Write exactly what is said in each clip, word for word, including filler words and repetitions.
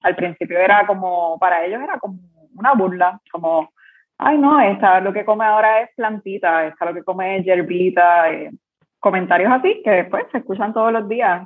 al principio era como, para ellos era como una burla, como, ay no, esta lo que come ahora es plantita, esta lo que come es hierbita, eh, comentarios así que después se escuchan todos los días.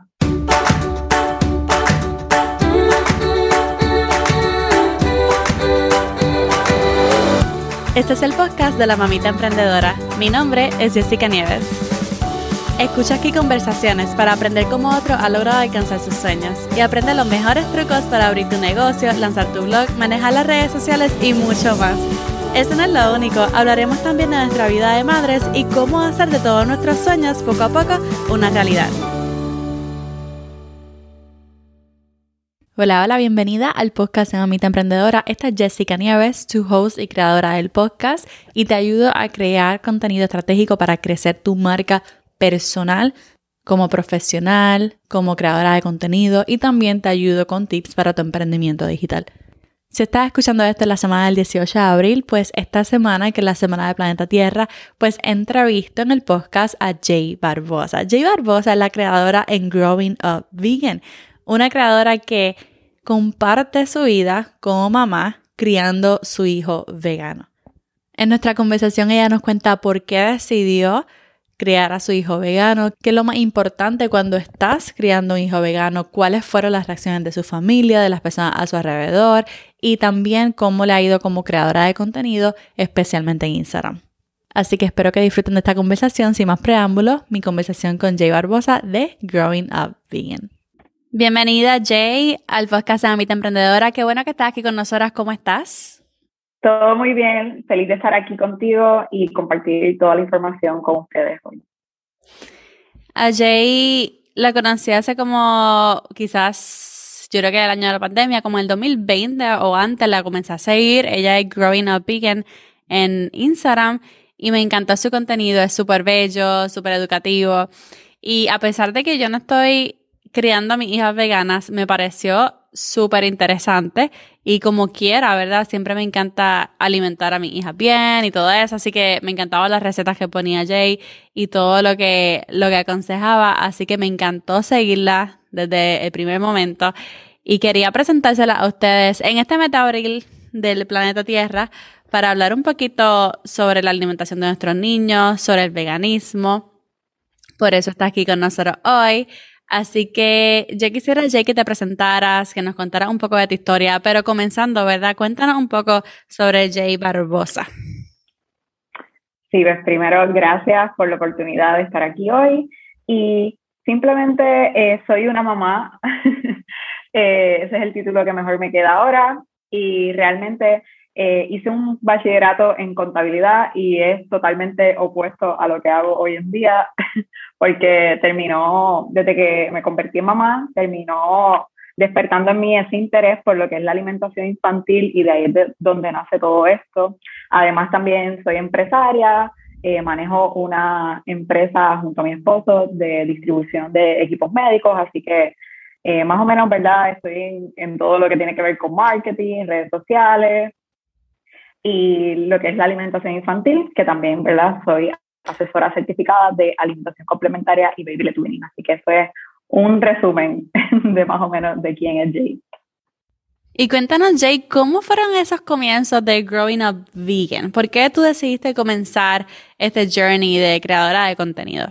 Este es el podcast de La Mamita Emprendedora. Mi nombre es Jessica Nieves. Escucha aquí conversaciones para aprender cómo otro ha logrado alcanzar sus sueños y aprende los mejores trucos para abrir tu negocio, lanzar tu blog, manejar las redes sociales y mucho más. Eso no es lo único, hablaremos también de nuestra vida de madres y cómo hacer de todos nuestros sueños poco a poco una realidad. Hola, hola, bienvenida al podcast de Mamita Emprendedora. Esta es Jessica Nieves, tu host y creadora del podcast, y te ayudo a crear contenido estratégico para crecer tu marca personal, como profesional, como creadora de contenido, y también te ayudo con tips para tu emprendimiento digital. Si estás escuchando esto en la semana del dieciocho de abril, pues esta semana, que es la semana de Planeta Tierra, pues entrevisto en el podcast a Jay Barbosa. Jay Barbosa es la creadora en Growing Up Vegan, una creadora que comparte su vida como mamá criando su hijo vegano. En nuestra conversación ella nos cuenta por qué decidió criar a su hijo vegano, qué es lo más importante cuando estás criando un hijo vegano, cuáles fueron las reacciones de su familia, de las personas a su alrededor, y también cómo le ha ido como creadora de contenido, especialmente en Instagram. Así que espero que disfruten de esta conversación. Sin más preámbulos, mi conversación con Jay Barbosa de Growing Up Vegan. Bienvenida, Jay, al podcast de Mamita Emprendedora. Qué bueno que estás aquí con nosotras. ¿Cómo estás? Todo muy bien, feliz de estar aquí contigo y compartir toda la información con ustedes hoy. A Jay la conocí hace como quizás, yo creo que el año de la pandemia, como el dos mil veinte o antes la comencé a seguir. Ella es Growing Up Vegan en Instagram y me encantó su contenido, es súper bello, súper educativo. Y a pesar de que yo no estoy criando a mis hijas veganas, me pareció súper interesante y como quiera, ¿verdad? Siempre me encanta alimentar a mis hijas bien y todo eso, así que me encantaban las recetas que ponía Jay y todo lo que, lo que aconsejaba, así que me encantó seguirla desde el primer momento y quería presentársela a ustedes en este mes de abril del planeta Tierra para hablar un poquito sobre la alimentación de nuestros niños, sobre el veganismo. Por eso está aquí con nosotros hoy. Así que yo quisiera, Jay, que te presentaras, que nos contaras un poco de tu historia, pero comenzando, ¿verdad? Cuéntanos un poco sobre Jay Barbosa. Sí, pues primero, gracias por la oportunidad de estar aquí hoy y simplemente eh, soy una mamá, eh, ese es el título que mejor me queda ahora y realmente eh, hice un bachillerato en contabilidad y es totalmente opuesto a lo que hago hoy en día porque terminó, desde que me convertí en mamá, terminó despertando en mí ese interés por lo que es la alimentación infantil y de ahí es de donde nace todo esto. Además también soy empresaria, eh, manejo una empresa junto a mi esposo de distribución de equipos médicos, así que eh, más o menos, ¿verdad? Estoy en, en todo lo que tiene que ver con marketing, redes sociales y lo que es la alimentación infantil, que también, ¿verdad? Soy asesora certificada de alimentación complementaria y baby led weaning. Así que eso es un resumen de más o menos de quién es Jay. Y cuéntanos, Jay, ¿cómo fueron esos comienzos de Growing Up Vegan? ¿Por qué tú decidiste comenzar este journey de creadora de contenido?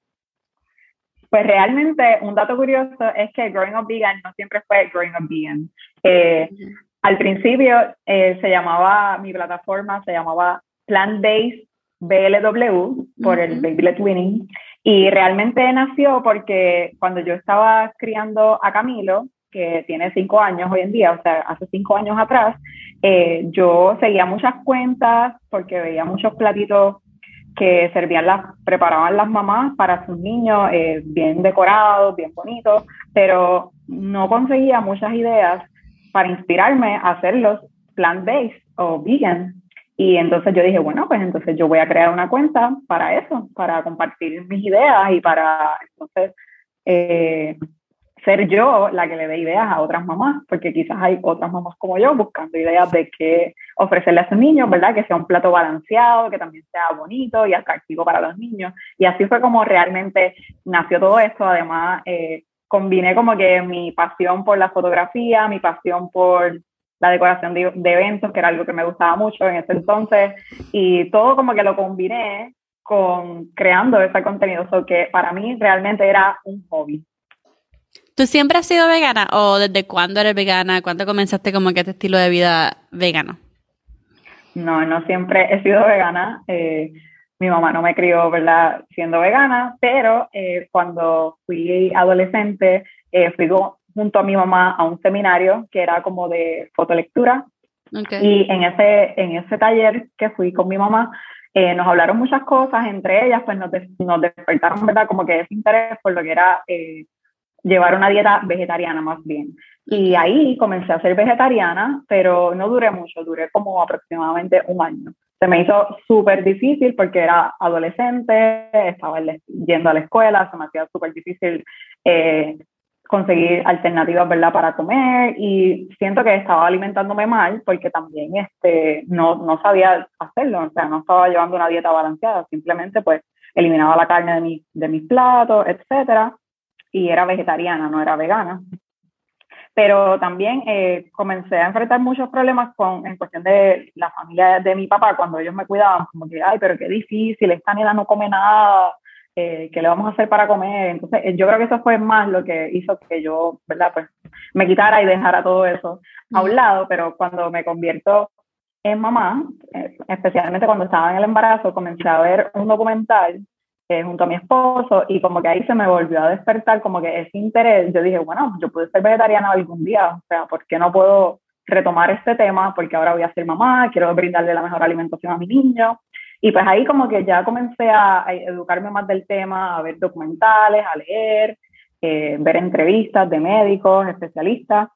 Pues realmente un dato curioso es que Growing Up Vegan no siempre fue Growing Up Vegan. Eh, uh-huh. Al principio eh, se llamaba, mi plataforma se llamaba Plant Based B L W por uh-huh. el baby led weaning y realmente nació porque cuando yo estaba criando a Camilo, que tiene cinco años hoy en día, o sea, hace cinco años atrás, eh, yo seguía muchas cuentas porque veía muchos platitos que servían las, preparaban las mamás para sus niños, eh, bien decorados, bien bonitos, pero no conseguía muchas ideas para inspirarme a hacerlos plant-based o vegan. Y entonces yo dije, bueno, pues entonces yo voy a crear una cuenta para eso, para compartir mis ideas y para entonces eh, ser yo la que le dé ideas a otras mamás, porque quizás hay otras mamás como yo buscando ideas de qué ofrecerle a sus niños, ¿verdad? Que sea un plato balanceado, que también sea bonito y atractivo para los niños. Y así fue como realmente nació todo esto. Además, eh, combiné como que mi pasión por la fotografía, mi pasión por la decoración de, de eventos, que era algo que me gustaba mucho en ese entonces, y todo como que lo combiné con creando ese contenido, so que para mí realmente era un hobby. ¿Tú siempre has sido vegana o desde cuándo eres vegana? ¿Cuándo comenzaste como que este estilo de vida vegano? No, no siempre he sido vegana. Eh, mi mamá no me crió, ¿verdad?, siendo vegana, pero eh, cuando fui adolescente, eh, fui junto a mi mamá a un seminario que era como de fotolectura. Okay. Y en ese, en ese taller que fui con mi mamá, eh, nos hablaron muchas cosas, entre ellas pues nos, des, nos despertaron, ¿verdad?, como que ese interés por lo que era eh, llevar una dieta vegetariana más bien. Y ahí comencé a ser vegetariana, pero no duré mucho, duré como aproximadamente un año. Se me hizo súper difícil porque era adolescente, estaba yendo a la escuela, se me hacía súper difícil eh, conseguir alternativas, ¿verdad?, para comer, y siento que estaba alimentándome mal porque también este, no, no sabía hacerlo, o sea, no estaba llevando una dieta balanceada, simplemente pues eliminaba la carne de, mi, de mis platos, etcétera, y era vegetariana, no era vegana. Pero también eh, comencé a enfrentar muchos problemas con, en cuestión de la familia de mi papá, cuando ellos me cuidaban, como que, ay, pero qué difícil, esta nena no come nada, eh, ¿qué le vamos a hacer para comer? Entonces, eh, yo creo que eso fue más lo que hizo que yo, ¿verdad?, pues me quitara y dejara todo eso a un lado, pero cuando me convierto en mamá, eh, especialmente cuando estaba en el embarazo, comencé a ver un documental Eh, junto a mi esposo, y como que ahí se me volvió a despertar como que ese interés. Yo dije, bueno, yo puedo ser vegetariana algún día, o sea, ¿por qué no puedo retomar este tema? Porque ahora voy a ser mamá, quiero brindarle la mejor alimentación a mi niño. Y pues ahí como que ya comencé a, a educarme más del tema, a ver documentales, a leer, eh, ver entrevistas de médicos, especialistas.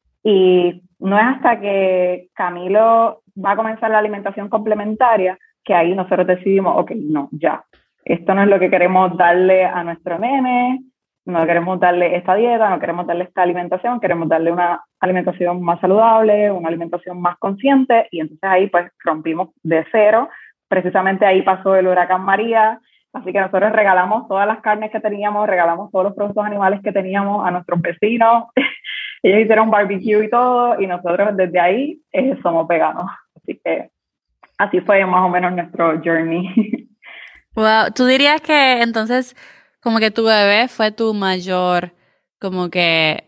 Y no es hasta que Camilo va a comenzar la alimentación complementaria que ahí nosotros decidimos, ok, no, ya. Esto no es lo que queremos darle a nuestro nene, no queremos darle esta dieta, no queremos darle esta alimentación, queremos darle una alimentación más saludable, una alimentación más consciente, y entonces ahí pues rompimos de cero. Precisamente ahí pasó el huracán María, así que nosotros regalamos todas las carnes que teníamos, regalamos todos los productos animales que teníamos a nuestros vecinos, ellos hicieron barbecue y todo, y nosotros desde ahí eh, somos veganos. Así que así fue más o menos nuestro journey. Wow, ¿tú dirías que entonces como que tu bebé fue tu mayor, como que,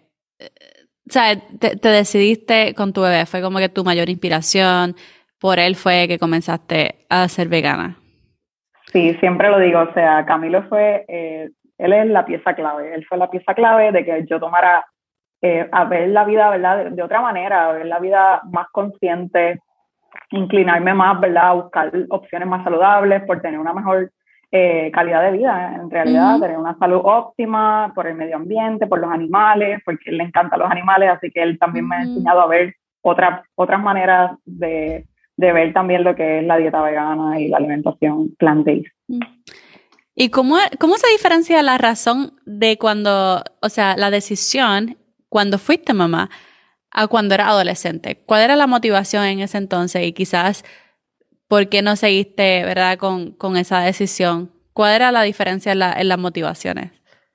o sea, te, te decidiste con tu bebé, fue como que tu mayor inspiración, por él fue que comenzaste a ser vegana? Sí, siempre lo digo, o sea, Camilo fue, eh, él es la pieza clave, él fue la pieza clave de que yo tomara eh, a ver la vida, ¿verdad?, de, de otra manera, a ver la vida más consciente, inclinarme más, ¿verdad?, a buscar opciones más saludables por tener una mejor eh, calidad de vida, en realidad, uh-huh. tener una salud óptima por el medio ambiente, por los animales, porque él le encantan los animales, así que él también uh-huh. me ha enseñado a ver otras otras maneras de, de ver también lo que es la dieta vegana y la alimentación plant-based. Uh-huh. ¿Y cómo, cómo se diferencia la razón de cuando, o sea, la decisión cuando fuiste mamá a cuando eras adolescente? ¿Cuál era la motivación en ese entonces? Y quizás, ¿por qué no seguiste, verdad, con, con esa decisión? ¿Cuál era la diferencia en, la, en las motivaciones?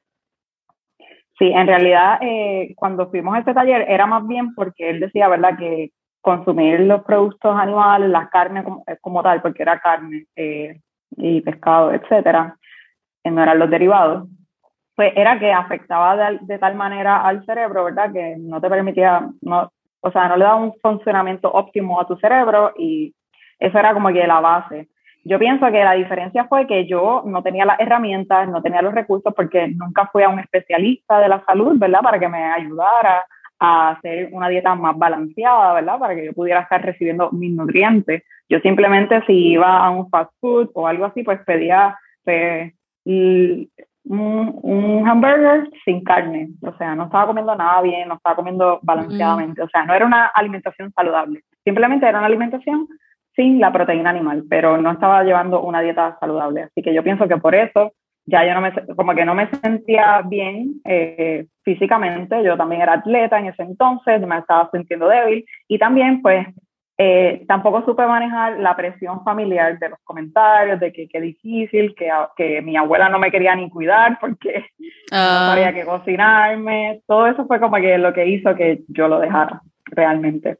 Sí, en realidad, eh, cuando fuimos a este taller, era más bien porque él decía, ¿verdad?, que consumir los productos animales, las carnes como, como tal, porque era carne eh, y pescado, etcétera, eh, no eran los derivados, pues era que afectaba de, de tal manera al cerebro, ¿verdad?, que no te permitía, no, o sea, no le daba un funcionamiento óptimo a tu cerebro, y eso era como que la base. Yo pienso que la diferencia fue que yo no tenía las herramientas, no tenía los recursos, porque nunca fui a un especialista de la salud, ¿verdad?, para que me ayudara a hacer una dieta más balanceada, ¿verdad?, para que yo pudiera estar recibiendo mis nutrientes. Yo simplemente, si iba a un fast food o algo así, pues pedía pues, y, Un, un hamburger sin carne, o sea, no estaba comiendo nada bien, no estaba comiendo balanceadamente, o sea, no era una alimentación saludable, simplemente era una alimentación sin la proteína animal, pero no estaba llevando una dieta saludable, así que yo pienso que por eso ya yo no me, como que no me sentía bien eh, físicamente. Yo también era atleta en ese entonces, me estaba sintiendo débil, y también pues Eh, tampoco supe manejar la presión familiar de los comentarios, de que qué difícil, que, que mi abuela no me quería ni cuidar porque uh. no sabía qué cocinarme. Todo eso fue como que lo que hizo que yo lo dejara realmente.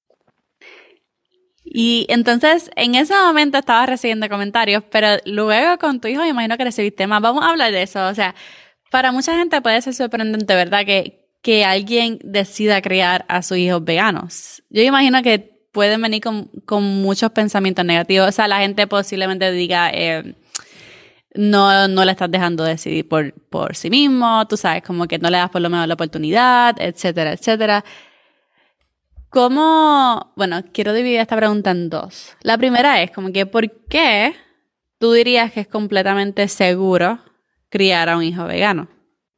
Y entonces, en ese momento estabas recibiendo comentarios, pero luego con tu hijo me imagino que recibiste más. Vamos a hablar de eso. O sea, para mucha gente puede ser sorprendente, ¿verdad? Que, que alguien decida criar a sus hijos veganos. Yo imagino que pueden venir con, con muchos pensamientos negativos. O sea, la gente posiblemente diga, eh, no, no le estás dejando decidir por, por sí mismo, tú sabes, como que no le das por lo menos la oportunidad, etcétera, etcétera. ¿Cómo? Bueno, quiero dividir esta pregunta en dos. La primera es como que, ¿por qué tú dirías que es completamente seguro criar a un hijo vegano?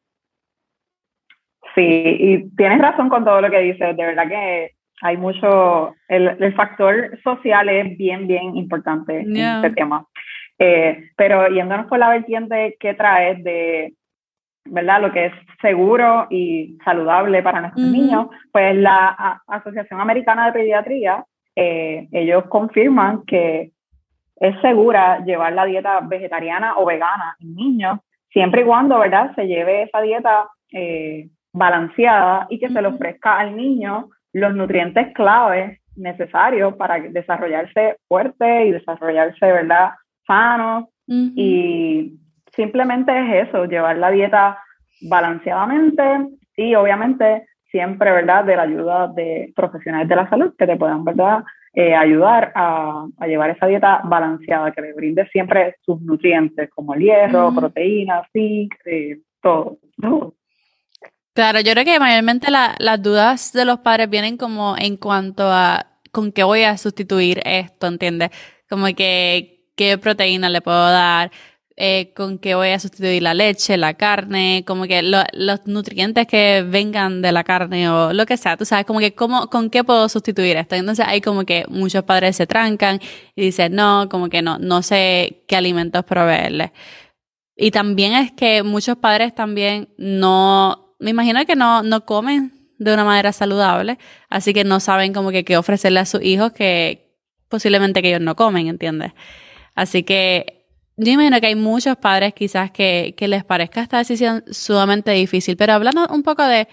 Sí, y tienes razón con todo lo que dices. De verdad que hay mucho, el, el factor social es bien, bien importante yeah. en este tema. Eh, pero yéndonos por la vertiente que traes de, ¿verdad? Lo que es seguro y saludable para nuestros uh-huh. niños, pues la a, Asociación Americana de Pediatría, eh, ellos confirman que es segura llevar la dieta vegetariana o vegana en niños, siempre y cuando, ¿verdad?, se lleve esa dieta eh, balanceada y que uh-huh. se le ofrezca al niño los nutrientes claves necesarios para desarrollarse fuerte y desarrollarse, ¿verdad?, sano. Uh-huh. Y simplemente es eso, llevar la dieta balanceadamente y obviamente siempre, ¿verdad?, de la ayuda de profesionales de la salud que te puedan, ¿verdad?, eh, ayudar a, a llevar esa dieta balanceada, que le brinde siempre sus nutrientes como el hierro, uh-huh. proteínas, zinc, eh, todo, todo. Claro, yo creo que mayormente la, las dudas de los padres vienen como en cuanto a con qué voy a sustituir esto, ¿entiendes? Como que qué proteína le puedo dar, eh, con qué voy a sustituir la leche, la carne, como que lo, los nutrientes que vengan de la carne o lo que sea, tú sabes, como que cómo, con qué puedo sustituir esto. Entonces hay como que muchos padres se trancan y dicen no, como que no, no sé qué alimentos proveerles. Y también es que muchos padres también no... Me imagino que no, no comen de una manera saludable, así que no saben como que qué ofrecerle a sus hijos que posiblemente que ellos no comen, ¿entiendes? Así que yo imagino que hay muchos padres quizás que, que les parezca esta decisión sumamente difícil, pero hablando un poco de,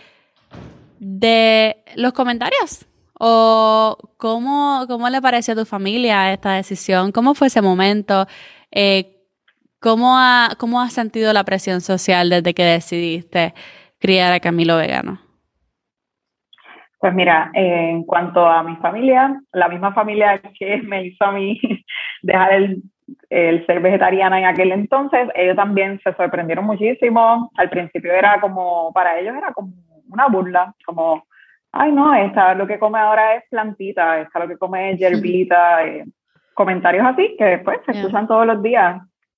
de los comentarios o cómo, cómo le pareció a tu familia esta decisión, cómo fue ese momento, eh, cómo ha, cómo has sentido la presión social desde que decidiste criar a Camilo vegano. Pues mira, eh, en cuanto a mi familia, la misma familia que me hizo a mí dejar el, el ser vegetariana en aquel entonces, ellos también se sorprendieron muchísimo. Al principio era como, para ellos era como una burla, como, ay no, esta lo que come ahora es plantita, esta lo que come es hierbita, eh, comentarios así que después se yeah. escuchan todos los días.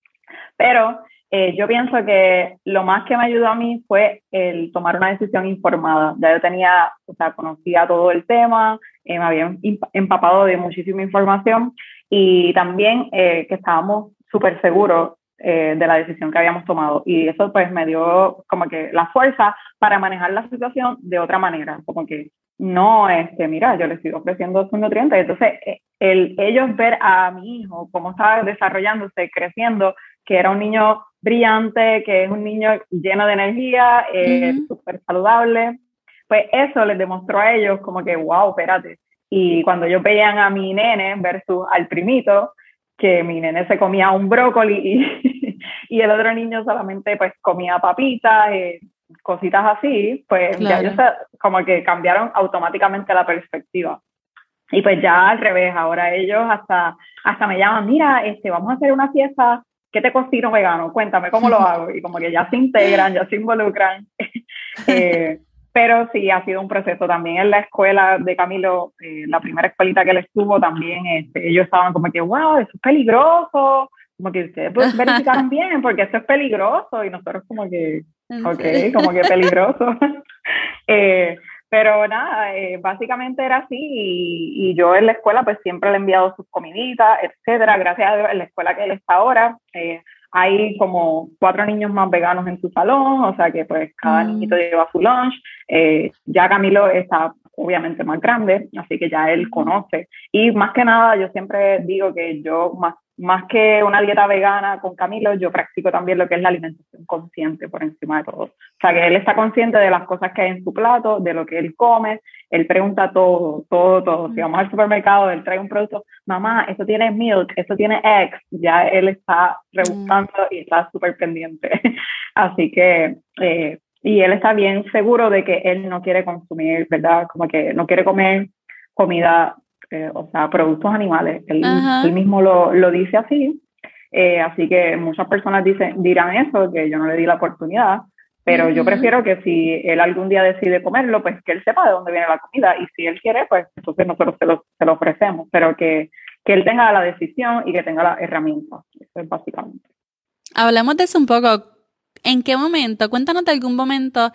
Pero Eh, yo pienso que lo más que me ayudó a mí fue el tomar una decisión informada. Ya yo tenía, o sea, conocía todo el tema, eh, me había empapado de muchísima información y también eh, que estábamos súper seguros eh, de la decisión que habíamos tomado. Y eso pues me dio como que la fuerza para manejar la situación de otra manera. Como que no, este, mira, yo le estoy ofreciendo sus nutrientes. Entonces, el, ellos ver a mi hijo cómo estaba desarrollándose, creciendo, que era un niño brillante, que es un niño lleno de energía, eh, uh-huh. súper saludable, pues eso les demostró a ellos como que, wow, espérate. Y cuando ellos veían a mi nene versus al primito, que mi nene se comía un brócoli y, y el otro niño solamente pues comía papitas, eh, cositas así, pues claro. ya ellos se, como que cambiaron automáticamente la perspectiva. Y pues ya al revés, ahora ellos hasta, hasta me llaman, mira, este, vamos a hacer una fiesta, ¿qué te cocino vegano? Cuéntame cómo lo hago. Y como que ya se integran, ya se involucran. eh, pero sí, ha sido un proceso. También en la escuela de Camilo, eh, la primera escuelita que él estuvo, también este, ellos estaban como que, wow, eso es peligroso. Como que ustedes pues, verificaron bien, porque esto es peligroso. Y nosotros como que, ok, como que peligroso. eh, Pero nada, eh, básicamente era así y, y yo en la escuela pues siempre le he enviado sus comiditas, etcétera. Gracias a Dios en la escuela que él está ahora eh, hay como cuatro niños más veganos en su salón, o sea que pues cada mm. niñito lleva su lunch. Eh, ya Camilo está obviamente más grande, así que ya él conoce. Y más que nada, yo siempre digo que yo, más, más que una dieta vegana con Camilo, yo practico también lo que es la alimentación consciente por encima de todo. O sea, que él está consciente de las cosas que hay en su plato, de lo que él come, él pregunta todo, todo, todo. Si vamos al supermercado, él trae un producto, mamá, esto tiene milk, esto tiene eggs, ya él está rebuscando y está súper pendiente. Así que... Eh, y él está bien seguro de que él no quiere consumir, ¿verdad? Como que no quiere comer comida, eh, o sea, productos animales. Él, él mismo lo, lo dice así. Eh, así que muchas personas dicen, dirán eso, que yo no le di la oportunidad, pero uh-huh. yo prefiero que si él algún día decide comerlo, pues que él sepa de dónde viene la comida. Y si él quiere, pues entonces nosotros se lo, se lo ofrecemos, pero que, que él tenga la decisión y que tenga las herramientas. Eso es básicamente. Hablemos de eso un poco. ¿En qué momento? Cuéntanos de algún momento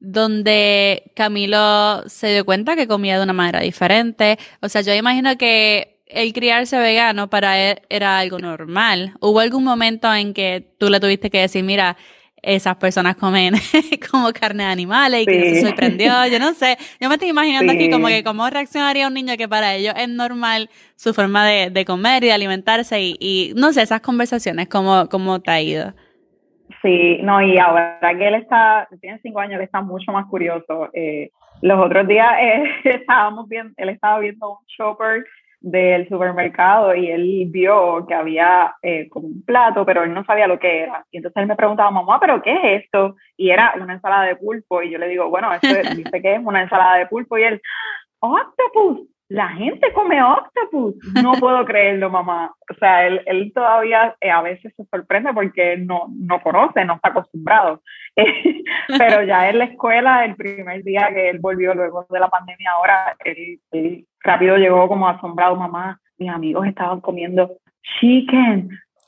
donde Camilo se dio cuenta que comía de una manera diferente. O sea, yo imagino que el criarse vegano para él era algo normal. ¿Hubo algún momento en que tú le tuviste que decir, mira, esas personas comen como carne de animales y que sí. se sorprendió? Yo no sé. Yo me estoy imaginando sí. aquí como que cómo reaccionaría un niño que para ellos es normal su forma de, de comer y de alimentarse y, y no sé, esas conversaciones, ¿cómo, cómo te ha ido? Sí, no, y ahora que él está, tiene cinco años, él está mucho más curioso. Eh, los otros días eh, estábamos viendo, él estaba viendo un shopper del supermercado y él vio que había eh, como un plato, pero él no sabía lo que era. Y entonces él me preguntaba, mamá, ¿pero qué es esto? Y era una ensalada de pulpo. Y yo le digo, bueno, esto dice que es una ensalada de pulpo. Y él, octopus. La gente come octopus. No puedo creerlo, mamá. O sea, él, él todavía eh, a veces se sorprende porque no, no conoce, no está acostumbrado. Eh, pero ya en la escuela, el primer día que él volvió luego de la pandemia, ahora él, él rápido llegó como asombrado, mamá, mis amigos estaban comiendo chicken.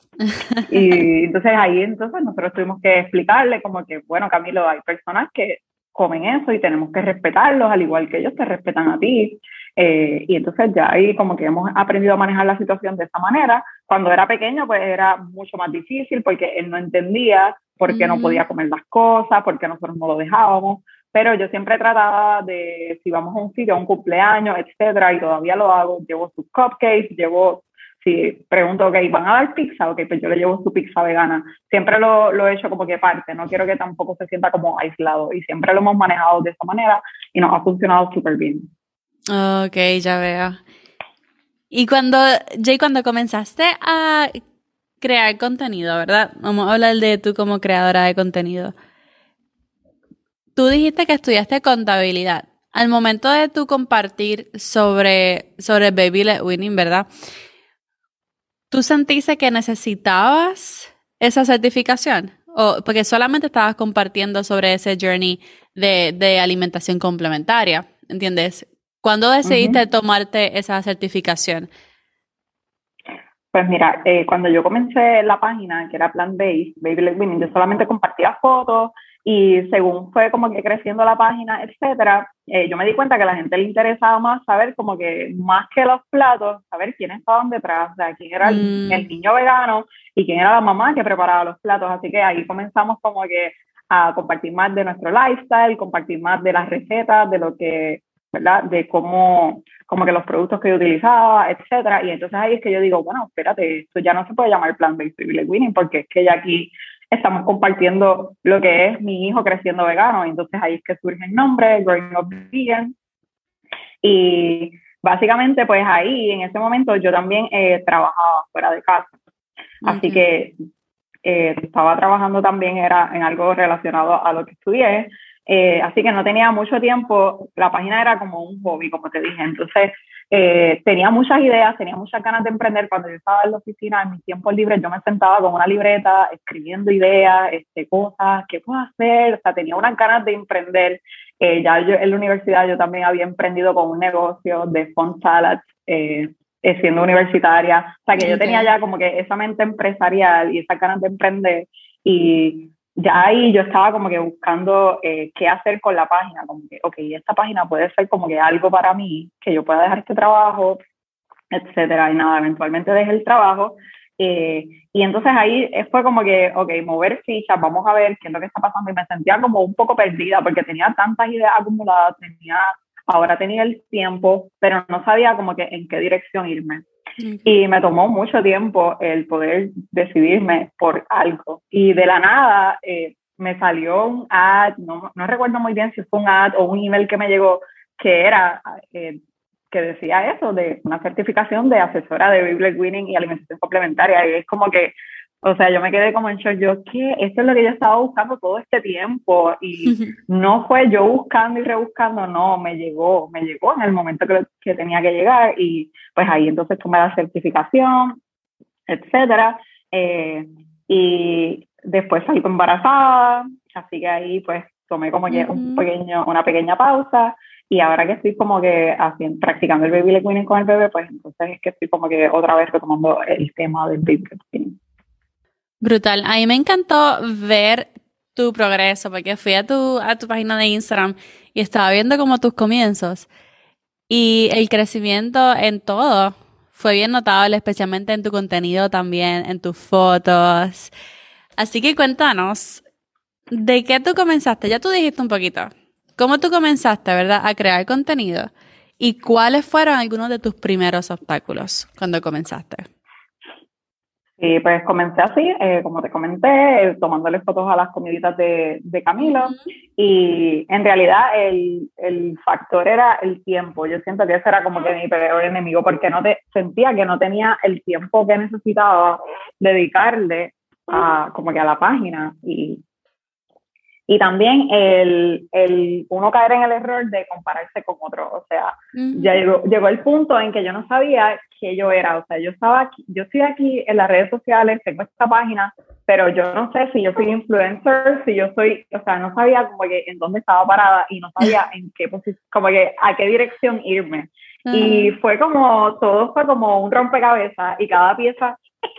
Y entonces ahí entonces nosotros tuvimos que explicarle como que, bueno, Camilo, hay personas que comen eso y tenemos que respetarlos, al igual que ellos te respetan a ti. Eh, y entonces ya ahí como que hemos aprendido a manejar la situación de esa manera. Cuando era pequeño pues era mucho más difícil porque él no entendía por qué mm. no podía comer las cosas, por qué nosotros no lo dejábamos, pero yo siempre trataba de, si vamos a un sitio, a un cumpleaños, etcétera, y todavía lo hago, llevo sus cupcakes, llevo, si pregunto, ok, ¿van a dar pizza? Ok, pues yo le llevo su pizza vegana. Siempre lo, lo he hecho como que parte, no quiero que tampoco se sienta como aislado, y siempre lo hemos manejado de esa manera y nos ha funcionado súper bien. Ok, ya veo. Y cuando, Jay, cuando comenzaste a crear contenido, ¿verdad? Vamos a hablar de tú como creadora de contenido. Tú dijiste que estudiaste contabilidad. Al momento de tú compartir sobre, sobre Baby Led Winning, ¿verdad? ¿Tú sentiste que necesitabas esa certificación? O porque solamente estabas compartiendo sobre ese journey de, de alimentación complementaria, ¿entiendes? ¿Cuándo decidiste uh-huh. tomarte esa certificación? Pues mira, eh, cuando yo comencé la página, que era Plant-Based, Baby Led Winning, yo solamente compartía fotos y según fue como que creciendo la página, etcétera, eh, yo me di cuenta que a la gente le interesaba más saber como que más que los platos, saber quiénes estaban detrás, o sea, quién era el, mm. el niño vegano y quién era la mamá que preparaba los platos. Así que ahí comenzamos como que a compartir más de nuestro lifestyle, compartir más de las recetas, de lo que... ¿verdad? De cómo, como que los productos que yo utilizaba, etcétera. Y entonces ahí es que yo digo, bueno, espérate, esto ya no se puede llamar Plant-Based Baby Led Winning porque es que ya aquí estamos compartiendo lo que es mi hijo creciendo vegano. Y entonces ahí es que surge el nombre, Growing Up Vegan. Y básicamente, pues ahí, en ese momento, yo también eh, trabajaba fuera de casa. Así uh-huh. que eh, estaba trabajando también era en algo relacionado a lo que estudié. Eh, así que no tenía mucho tiempo, la página era como un hobby, como te dije, entonces eh, tenía muchas ideas, tenía muchas ganas de emprender. Cuando yo estaba en la oficina, en mis tiempos libres, yo me sentaba con una libreta, escribiendo ideas, este, cosas, ¿qué puedo hacer? O sea, tenía unas ganas de emprender. Eh, ya yo, en la universidad yo también había emprendido con un negocio de fun salads, eh, eh, siendo universitaria, o sea, que okay. yo tenía ya como que esa mente empresarial y esas ganas de emprender, y ya ahí yo estaba como que buscando eh, qué hacer con la página, como que, ok, esta página puede ser como que algo para mí, que yo pueda dejar este trabajo, etcétera, y nada, eventualmente dejé el trabajo, eh, y entonces ahí fue como que, ok, mover fichas, vamos a ver qué es lo que está pasando, y me sentía como un poco perdida, porque tenía tantas ideas acumuladas, tenía ahora tenía el tiempo, pero no sabía como que en qué dirección irme. Okay. Y me tomó mucho tiempo el poder decidirme por algo. Y de la nada eh, me salió un ad, no, no recuerdo muy bien si fue un ad o un email que me llegó, que era, eh, que decía eso, de una certificación de asesora de baby led weaning y alimentación complementaria. Y es como que, o sea, yo me quedé como en shock, yo, ¿qué? Esto es lo que yo estaba buscando todo este tiempo. Y no fue yo buscando y rebuscando, no, me llegó, me llegó en el momento que, que tenía que llegar. Y pues ahí entonces tomé la certificación, etcétera. Eh, y después salí embarazada, así que ahí pues tomé como que un pequeño, una pequeña pausa. Y ahora que estoy como que haciendo, practicando el baby led weaning con el bebé, pues entonces es que estoy como que otra vez retomando el tema del baby led weaning. Brutal. A mí me encantó ver tu progreso, porque fui a tu, a tu página de Instagram y estaba viendo como tus comienzos. Y el crecimiento en todo fue bien notable, especialmente en tu contenido también, en tus fotos. Así que cuéntanos, ¿de qué tú comenzaste? Ya tú dijiste un poquito. ¿Cómo tú comenzaste, verdad, a crear contenido? ¿Y cuáles fueron algunos de tus primeros obstáculos cuando comenzaste? Sí, pues comencé así, eh, como te comenté, eh, tomándole fotos a las comiditas de, de Camilo. Uh-huh. Y en realidad el, el factor era el tiempo. Yo siento que ese era como que mi peor enemigo, porque no te, sentía que no tenía el tiempo que necesitaba dedicarle a, como que a la página. Y, y también el, el uno caer en el error de compararse con otro. O sea, uh-huh. ya llegó, llegó el punto en que yo no sabía que yo era. O sea, yo estaba aquí, yo estoy aquí en las redes sociales, tengo esta página, pero yo no sé si yo soy influencer, si yo soy, o sea, no sabía como que en dónde estaba parada y no sabía en qué posición, como que a qué dirección irme. Uh-huh. Y fue como, todo fue como un rompecabezas y cada pieza...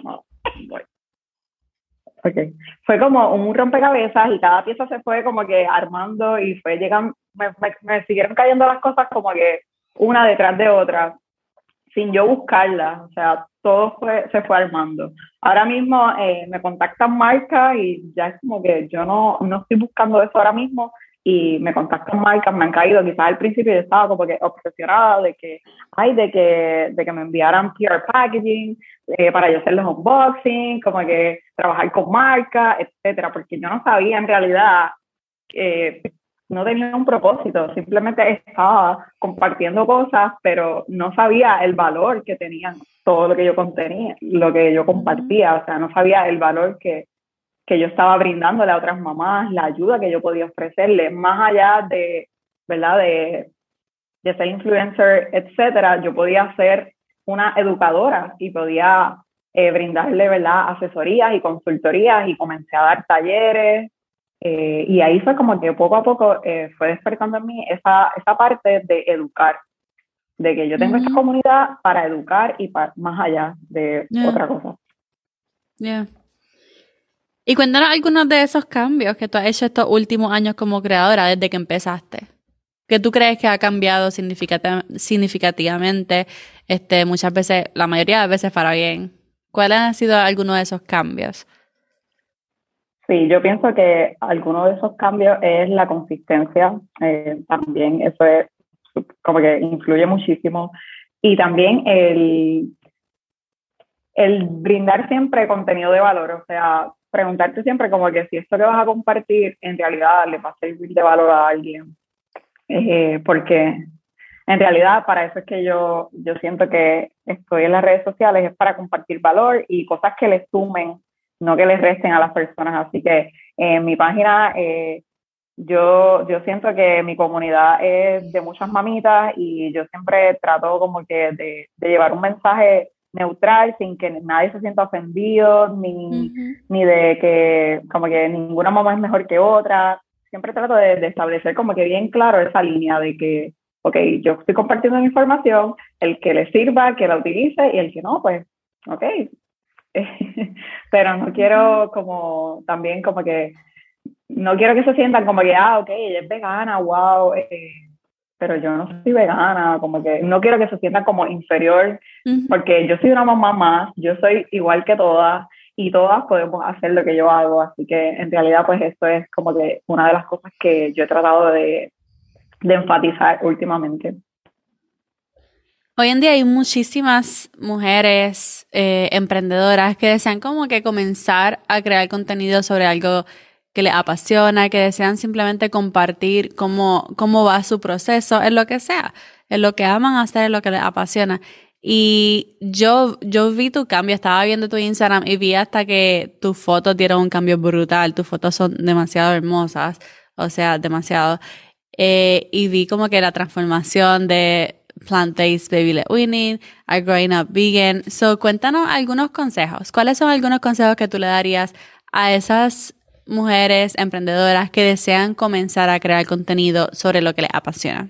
Okay. Fue como un rompecabezas y cada pieza se fue como que armando y fue llegando, me, me, me siguieron cayendo las cosas como que una detrás de otra, sin yo buscarlas, o sea, todo fue, se fue armando. Ahora mismo eh, me contactan marcas y ya es como que yo no, no estoy buscando eso ahora mismo y me contactan marcas, me han caído, quizás al principio yo estaba como que obsesionada de que, ay, de que, de que me enviaran P R packaging, eh, para yo hacer los unboxing, como que trabajar con marcas, etcétera, porque yo no sabía en realidad, eh, no tenía un propósito, simplemente estaba compartiendo cosas, pero no sabía el valor que tenían todo lo que yo contenía, lo que yo compartía, o sea, no sabía el valor que, que yo estaba brindándole a otras mamás, la ayuda que yo podía ofrecerle, más allá de, ¿verdad?, de, de ser influencer, etcétera, yo podía ser una educadora y podía eh, brindarle, ¿verdad?, asesorías y consultorías y comencé a dar talleres. Eh, y ahí fue como que poco a poco eh, fue despertando en mí esa, esa parte de educar, de que yo tengo uh-huh. esta comunidad para educar y para, más allá de yeah. otra cosa. Yeah. Y cuéntanos algunos de esos cambios que tú has hecho estos últimos años como creadora desde que empezaste. ¿Qué tú crees que ha cambiado significativ- significativamente, este, muchas veces, la mayoría de veces para bien? ¿Cuáles han sido algunos de esos cambios? Sí, yo pienso que alguno de esos cambios es la consistencia, eh, también eso es como que influye muchísimo, y también el, el brindar siempre contenido de valor, o sea, preguntarte siempre como que si esto que vas a compartir en realidad le va a servir de valor a alguien, eh, porque en realidad para eso es que yo, yo siento que estoy en las redes sociales, es para compartir valor y cosas que les sumen, no que les resten a las personas. Así que en mi página eh, yo, yo siento que mi comunidad es de muchas mamitas y yo siempre trato como que de, de llevar un mensaje neutral sin que nadie se sienta ofendido, ni, uh-huh. ni de que como que ninguna mamá es mejor que otra. Siempre trato de, de establecer como que bien claro esa línea de que, ok, yo estoy compartiendo mi información, el que le sirva, que la utilice, y el que no, pues, ok. Pero no quiero como, también como que, no quiero que se sientan como que, ah, ok, ella es vegana, wow, eh, pero yo no soy vegana, como que no quiero que se sientan como inferior, uh-huh. porque yo soy una mamá más, yo soy igual que todas, y todas podemos hacer lo que yo hago, así que en realidad pues esto es como que una de las cosas que yo he tratado de, de enfatizar últimamente. Hoy en día hay muchísimas mujeres eh, emprendedoras que desean como que comenzar a crear contenido sobre algo que les apasiona, que desean simplemente compartir cómo, cómo va su proceso en lo que sea, en lo que aman hacer, en lo que les apasiona. Y yo, yo vi tu cambio, estaba viendo tu Instagram y vi hasta que tus fotos dieron un cambio brutal, tus fotos son demasiado hermosas, o sea, demasiado. Eh, y vi como que la transformación de Plant-Based Baby Led Weaning a Growing Up Vegan. So, cuéntanos algunos consejos. ¿Cuáles son algunos consejos que tú le darías a esas mujeres emprendedoras que desean comenzar a crear contenido sobre lo que les apasiona?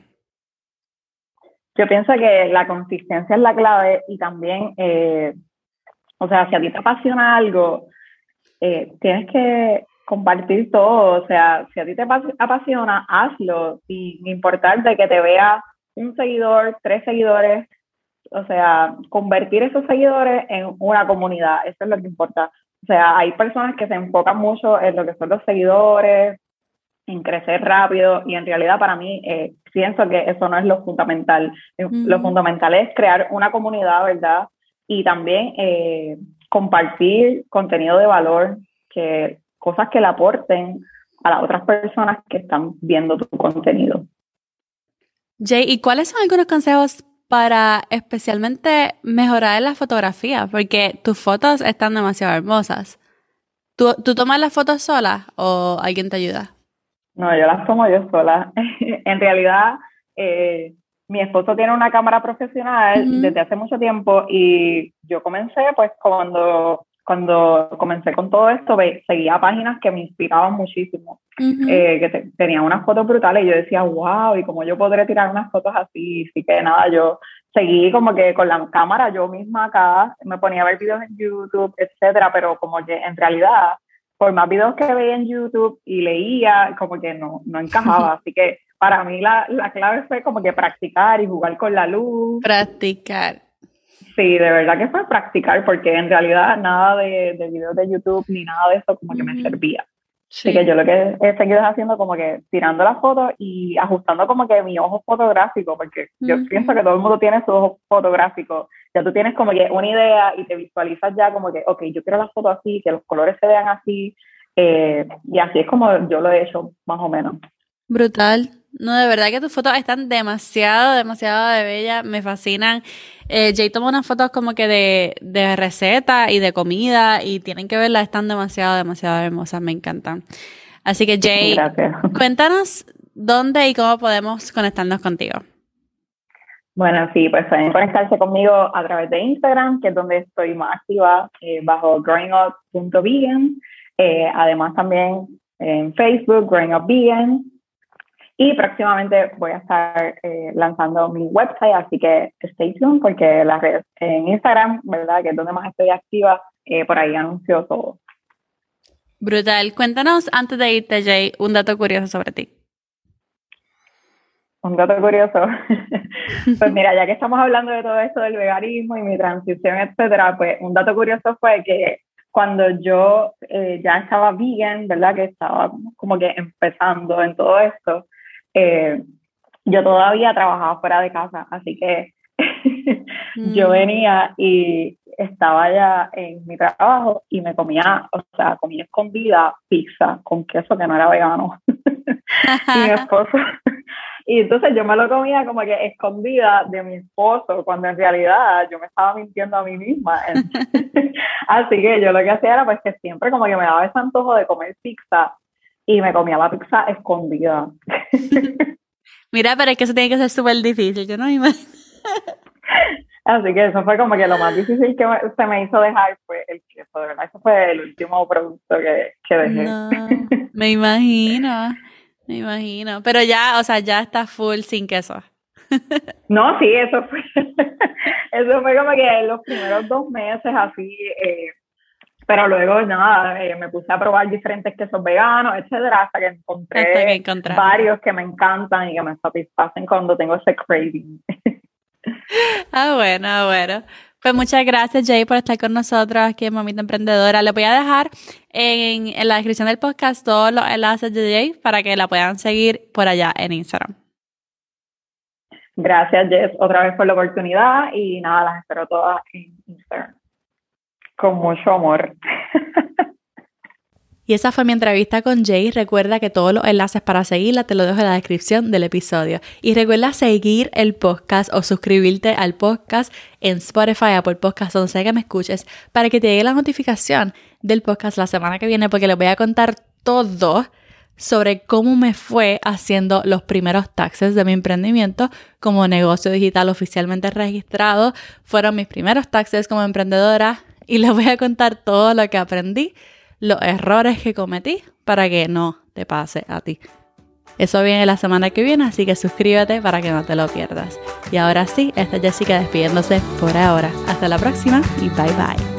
Yo pienso que la consistencia es la clave y también, eh, o sea, si a ti te apasiona algo, eh, tienes que compartir todo. O sea, si a ti te apasiona, hazlo sin importar de que te vea un seguidor, tres seguidores. O sea, convertir esos seguidores en una comunidad, eso es lo que importa. O sea, hay personas que se enfocan mucho en lo que son los seguidores, en crecer rápido, y en realidad para mí eh, pienso que eso no es lo fundamental. Mm. Lo fundamental es crear una comunidad, ¿verdad? Y también eh, compartir contenido de valor, que cosas que le aporten a las otras personas que están viendo tu contenido. Jay, ¿y cuáles son algunos consejos para especialmente mejorar la fotografía? Porque tus fotos están demasiado hermosas. ¿Tú, tú tomas las fotos sola o alguien te ayuda? No, yo las tomo yo sola. En realidad, eh, mi esposo tiene una cámara profesional uh-huh. desde hace mucho tiempo, y yo comencé, pues, cuando, cuando comencé con todo esto, ve, seguía páginas que me inspiraban muchísimo, uh-huh. eh, que te, tenían unas fotos brutales, y yo decía, wow, ¿y cómo yo podré tirar unas fotos así? Así que nada, yo seguí como que con la cámara yo misma acá, me ponía a ver videos en YouTube, etcétera, pero como que en realidad, por más videos que veía en YouTube y leía, como que no, no encajaba. Así que para mí la, la clave fue como que practicar y jugar con la luz. Practicar. Sí, de verdad que fue practicar, porque en realidad nada de, de videos de YouTube ni nada de eso como que uh-huh. me servía. Sí. Así que yo lo que he seguido haciendo como que tirando las fotos y ajustando como que mi ojo fotográfico, porque uh-huh. yo pienso que todo el mundo tiene su ojo fotográfico. Ya tú tienes como que una idea y te visualizas ya como que, ok, yo quiero las fotos así, que los colores se vean así, eh, y así es como yo lo he hecho, más o menos. Brutal. No, de verdad que tus fotos están demasiado, demasiado de bellas, me fascinan. Eh, Jay toma unas fotos como que de, de receta y de comida, y tienen que verlas, están demasiado, demasiado hermosas, me encantan. Así que Jay, gracias. Cuéntanos dónde y cómo podemos conectarnos contigo. Bueno, sí, pues pueden conectarse conmigo a través de Instagram, que es donde estoy más activa, eh, bajo growing up punto vegan. Eh, además también en Facebook, Growing Up Vegan. Y próximamente voy a estar eh, lanzando mi website, así que stay tuned, porque las redes en Instagram, ¿verdad?, que es donde más estoy activa, eh, por ahí anuncio todo. Brutal. Cuéntanos, antes de irte, Jay, un dato curioso sobre ti. Un dato curioso. Pues mira, ya que estamos hablando de todo esto del veganismo y mi transición, etcétera, pues un dato curioso fue que cuando yo eh, ya estaba vegan, ¿verdad?, que estaba como que empezando en todo esto, Eh, yo todavía trabajaba fuera de casa, así que mm. yo venía y estaba ya en mi trabajo y me comía, o sea, comía escondida pizza con queso que no era vegano. Y mi esposo, y entonces yo me lo comía como que escondida de mi esposo, cuando en realidad yo me estaba mintiendo a mí misma. Así que yo lo que hacía era pues que siempre como que me daba ese antojo de comer pizza, y me comía la pizza escondida. Mira, pero es que eso tiene que ser súper difícil, yo no me imagino. Así que eso fue como que lo más difícil que me, se me hizo dejar fue el queso, de verdad. Eso fue el último producto que, que dejé. No, me imagino, me imagino. Pero ya, o sea, ya está full sin queso. No, sí, eso fue, eso fue como que los primeros dos meses así, eh, pero luego nada, eh, me puse a probar diferentes quesos veganos, etcétera, hasta que encontré hasta que varios que me encantan y que me satisfacen cuando tengo ese craving. Ah, bueno, ah, bueno. Pues muchas gracias, Jay, por estar con nosotros aquí en Mamita Emprendedora. Les voy a dejar en, en la descripción del podcast todos los enlaces de Jay para que la puedan seguir por allá en Instagram. Gracias, Jess, otra vez por la oportunidad y nada, las espero todas en Instagram. Con mucho amor. Y esa fue mi entrevista con Jay. Recuerda que todos los enlaces para seguirla te los dejo en la descripción del episodio. Y recuerda seguir el podcast o suscribirte al podcast en Spotify, Apple Podcast, donde sea que me escuches, para que te llegue la notificación del podcast la semana que viene, porque les voy a contar todo sobre cómo me fue haciendo los primeros taxes de mi emprendimiento como negocio digital oficialmente registrado. Fueron mis primeros taxes como emprendedora y les voy a contar todo lo que aprendí, los errores que cometí para que no te pase a ti. Eso viene la semana que viene, así que suscríbete para que no te lo pierdas. Y ahora sí, esta es Jessica despidiéndose por ahora. Hasta la próxima y bye bye.